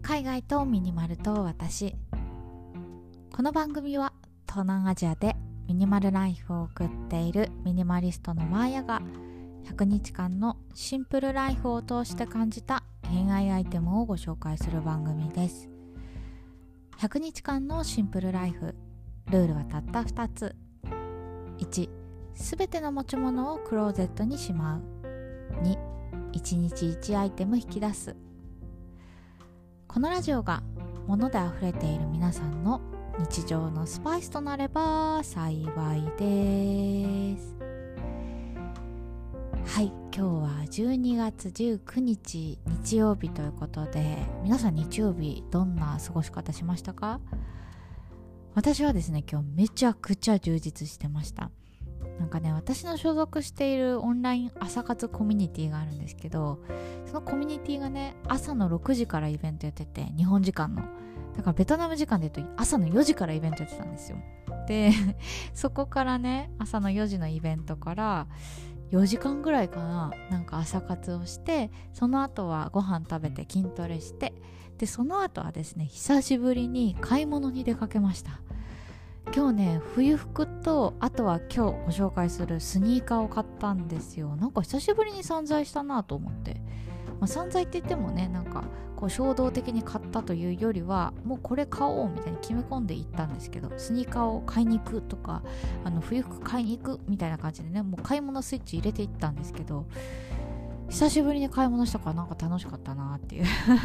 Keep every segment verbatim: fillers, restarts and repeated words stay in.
海外とミニマルと私。この番組は東南アジアでミニマルライフを送っているミニマリストのマーヤがひゃくにちかんのシンプルライフを通して感じた恋愛アイテムをご紹介する番組です。ひゃくにちかんのシンプルライフ、ルールはたったふたつ。いち、すべての持ち物をクローゼットにしまう。に、いちにちいちアイテム引き出す。このラジオが物であふれている皆さんの日常のスパイスとなれば幸いです。はい、今日はじゅうにがつじゅうくにち日曜日ということで、皆さん日曜日どんな過ごし方しましたか？私はですね、今日めちゃくちゃ充実してました。なんかね、私の所属しているオンライン朝活コミュニティがあるんですけど、そのコミュニティがね、朝のろくじからイベントやってて、日本時間のだからベトナム時間で言うと朝のよじからイベントやってたんですよ。でそこからね、朝のよじのイベントからよじかんぐらいかな、なんか朝活をして、その後はご飯食べて筋トレして、でその後はですね、久しぶりに買い物に出かけました。今日ね、冬服と、あとは今日ご紹介するスニーカーを買ったんですよ。なんか久しぶりに散財したなと思って、まあ、散財って言ってもね、なんかこう衝動的に買ったというよりは、もうこれ買おうみたいに決め込んでいったんですけど、スニーカーを買いに行くとか、あの冬服買いに行くみたいな感じでね、もう買い物スイッチ入れていったんですけど、久しぶりに買い物したからなんか楽しかったなっていう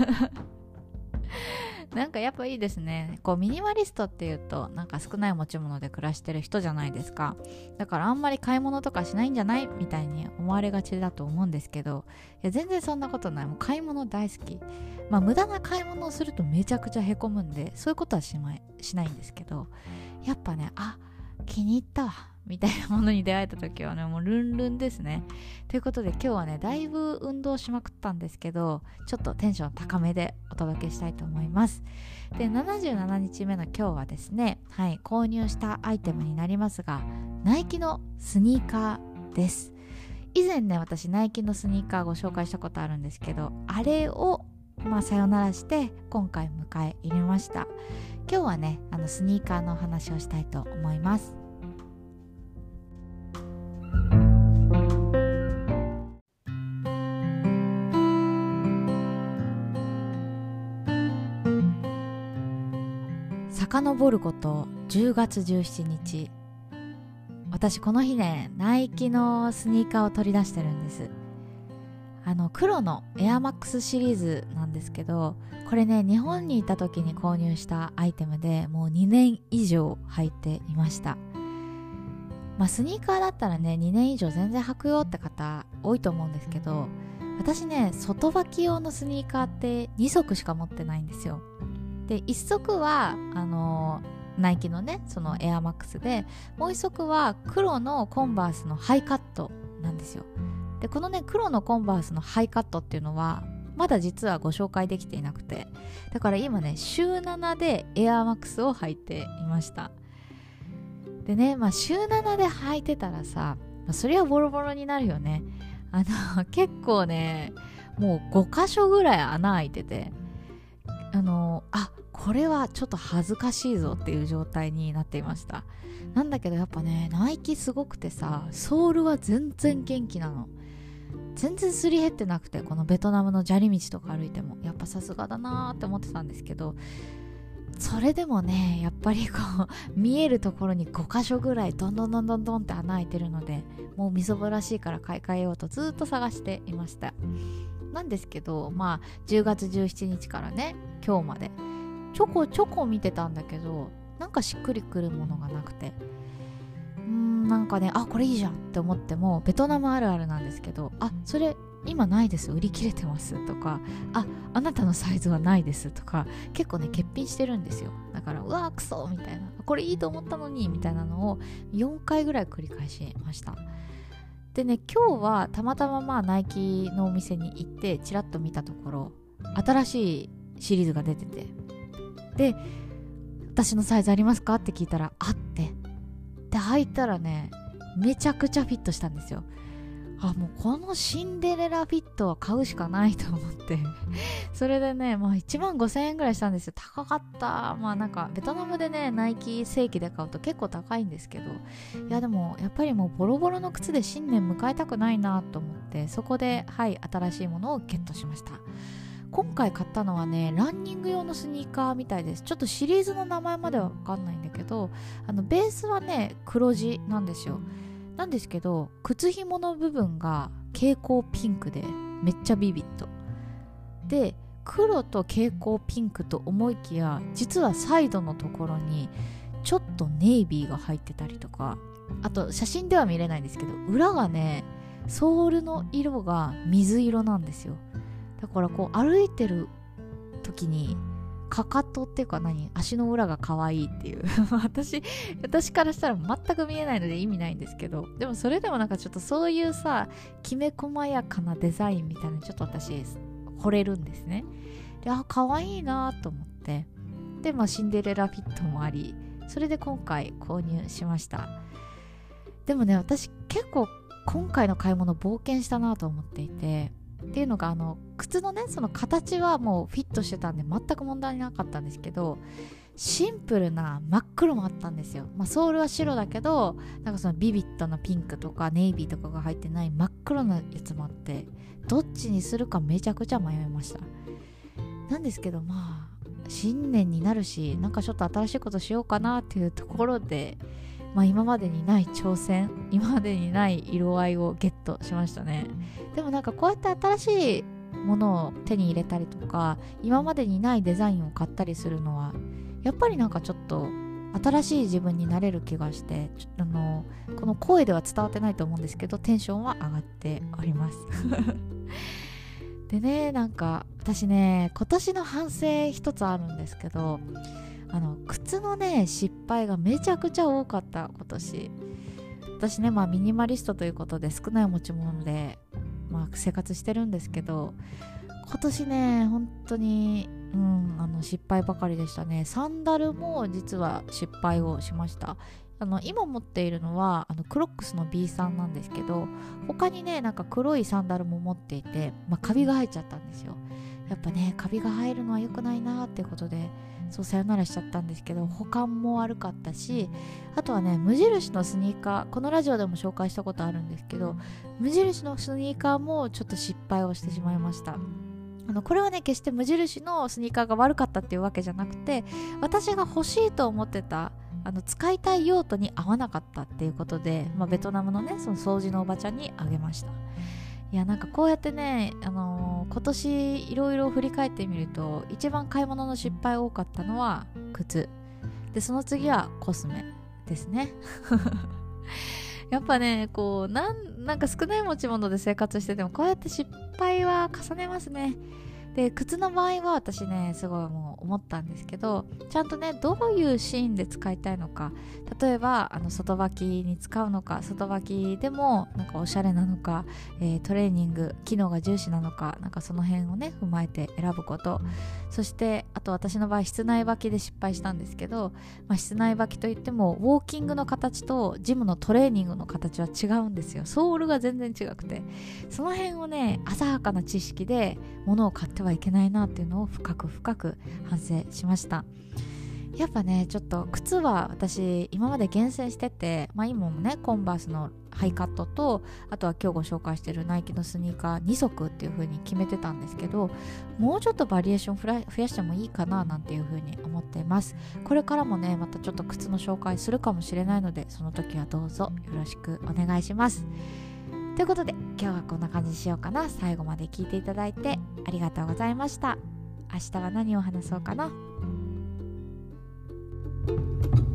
なんかやっぱいいですね。こうミニマリストっていうと、なんか少ない持ち物で暮らしてる人じゃないですか。だからあんまり買い物とかしないんじゃないみたいに思われがちだと思うんですけど、いや全然そんなことない。もう買い物大好き。まあ無駄な買い物をするとめちゃくちゃへこむんで、そういうことはしない、しないんですけど、やっぱね、あ、気に入ったわみたいなものに出会えた時はね、もうルンルンですね。ということで今日はね、だいぶ運動しまくったんですけど、ちょっとテンション高めでお届けしたいと思います。で、ななじゅうななにちめの今日はですね、はい、購入したアイテムになりますが、ナイキのスニーカーです。以前ね、私ナイキのスニーカーご紹介したことあるんですけど、あれをまあさよならして今回迎え入れました。今日はね、あのスニーカーのお話をしたいと思います。遡ることじゅうがつじゅうしちにち、私この日ね、ナイキのスニーカーを取り出してるんです。あの黒のエアマックスシリーズなんですけど、これね、日本にいた時に購入したアイテムで、もうにねんいじょう履いていました。まあスニーカーだったらね、にねんいじょう全然履くよって方多いと思うんですけど、私ね、外履き用のスニーカーってにそくしか持ってないんですよ。で、いっそくはあのー、ナイキのね、そのエアマックスで、もういっそくは黒のコンバースのハイカットなんですよ。で、このね、黒のコンバースのハイカットっていうのはまだ実はご紹介できていなくて、だから今ね、しゅうななでエアマックスを履いていました。でね、まあしゅうななで履いてたらさ、まあ、それはボロボロになるよね。あの結構ね、もうごかしょぐらい穴開いてて、あのあこれはちょっと恥ずかしいぞっていう状態になっていました。なんだけどやっぱね、ナイキすごくてさ、ソールは全然元気なの。全然すり減ってなくて、このベトナムの砂利道とか歩いてもやっぱさすがだなーって思ってたんですけど、それでもね、やっぱりこう見えるところにごかしょぐらいどんどんどんどんどんって穴開いてるので、もうみそぼらしいから買い替えようとずっと探していました。なんですけど、まあじゅうがつじゅうしちにちからね、今日までちょこちょこ見てたんだけど、なんかしっくりくるものがなくて、うーんなんかね、あこれいいじゃんって思っても、ベトナムあるあるなんですけど、あそれ今ないです、売り切れてますとか、ああなたのサイズはないですとか、結構ね欠品してるんですよ。だからうわークソみたいな、これいいと思ったのにみたいなのをよんかいぐらい繰り返しました。でね、今日はたまたままあナイキのお店に行ってチラッと見たところ、新しいシリーズが出てて、で私のサイズありますかって聞いたらあって、で履いたらね、めちゃくちゃフィットしたんですよ。 あ、もうこのシンデレラフィットは買うしかないと思ってそれでね、まあいちまんごせんえんぐらいしたんですよ。高かった。まあなんかベトナムでね、ナイキ正規で買うと結構高いんですけど、いやでもやっぱりもうボロボロの靴で新年迎えたくないなと思って、そこではい新しいものをゲットしました。今回買ったのはね、ランニング用のスニーカーみたいです。ちょっとシリーズの名前までは分かんないんだけど、あのベースはね黒地なんですよ。なんですけど、靴紐の部分が蛍光ピンクでめっちゃビビッドで、黒と蛍光ピンクと思いきや、実はサイドのところにちょっとネイビーが入ってたりとか、あと写真では見れないんですけど、裏がねソールの色が水色なんですよ。だからこう歩いてる時にかかとっていうか何足の裏が可愛いっていう私私からしたら全く見えないので意味ないんですけど、でもそれでもなんかちょっとそういうさ、きめ細やかなデザインみたいなのちょっと私惚れるんですね。で、あ、可愛いなと思って、でまあシンデレラフィットもあり、それで今回購入しました。でもね、私結構今回の買い物冒険したなと思っていて、っていうのが、あの靴のねその形はもうフィットしてたんで全く問題なかったんですけど、シンプルな真っ黒もあったんですよ。まあソールは白だけど、なんかそのビビッドなピンクとかネイビーとかが入ってない真っ黒なやつもあって、どっちにするかめちゃくちゃ迷いました。なんですけど、まあ新年になるし、なんかちょっと新しいことしようかなっていうところで、まあ、今までにない挑戦、今までにない色合いをゲットしましたね。でもなんかこうやって新しいものを手に入れたりとか、今までにないデザインを買ったりするのはやっぱりなんかちょっと新しい自分になれる気がして、ちょあのこの声では伝わってないと思うんですけど、テンションは上がっておりますでね、なんか私ね、今年の反省一つあるんですけど、あの靴のね失敗がめちゃくちゃ多かった。今年私ね、まあミニマリストということで少ない持ち物で、まあ、生活してるんですけど、今年ね本当に、うん、あの失敗ばかりでしたね。サンダルも実は失敗をしました。あの今持っているのはあのクロックスの ビースリー なんですけど、他にねなんか黒いサンダルも持っていて、まあ、カビが生えちゃったんですよ。やっぱねカビが生えるのは良くないなっていうことで、そうさよならしちゃったんですけど、保管も悪かったし、あとはね無印のスニーカー、このラジオでも紹介したことあるんですけど、無印のスニーカーもちょっと失敗をしてしまいました。あのこれはね決して無印のスニーカーが悪かったっていうわけじゃなくて、私が欲しいと思ってたあの使いたい用途に合わなかったっていうことで、まあ、ベトナムのねその掃除のおばちゃんにあげました。いやなんかこうやってね、あのー、今年いろいろ振り返ってみると、一番買い物の失敗多かったのは靴で、その次はコスメですねやっぱねこうなん、なんか少ない持ち物で生活しててもこうやって失敗は重ねますね。で靴の場合は私ねすごいもう思ったんですけど、ちゃんとねどういうシーンで使いたいのか、例えばあの外履きに使うのか、外履きでもなんかおしゃれなのか、えー、トレーニング機能が重視なのか、なんかその辺をね踏まえて選ぶこと。そしてあと私の場合室内履きで失敗したんですけど、まあ、室内履きといってもウォーキングの形とジムのトレーニングの形は違うんですよ。ソールが全然違くて、その辺をね浅はかな知識で物を買ってはいけないなっていうのを深く深く反省しました。やっぱねちょっと靴は私今まで厳選してて、まあ、今もねコンバースのハイカットと、あとは今日ご紹介しているナイキのスニーカーに足っていう風に決めてたんですけど、もうちょっとバリエーション増やしてもいいかななんていう風に思っています。これからもねまたちょっと靴の紹介するかもしれないので、その時はどうぞよろしくお願いします。ということで今日はこんな感じにしようかな。最後まで聞いていただいてありがとうございました。明日は何を話そうかな。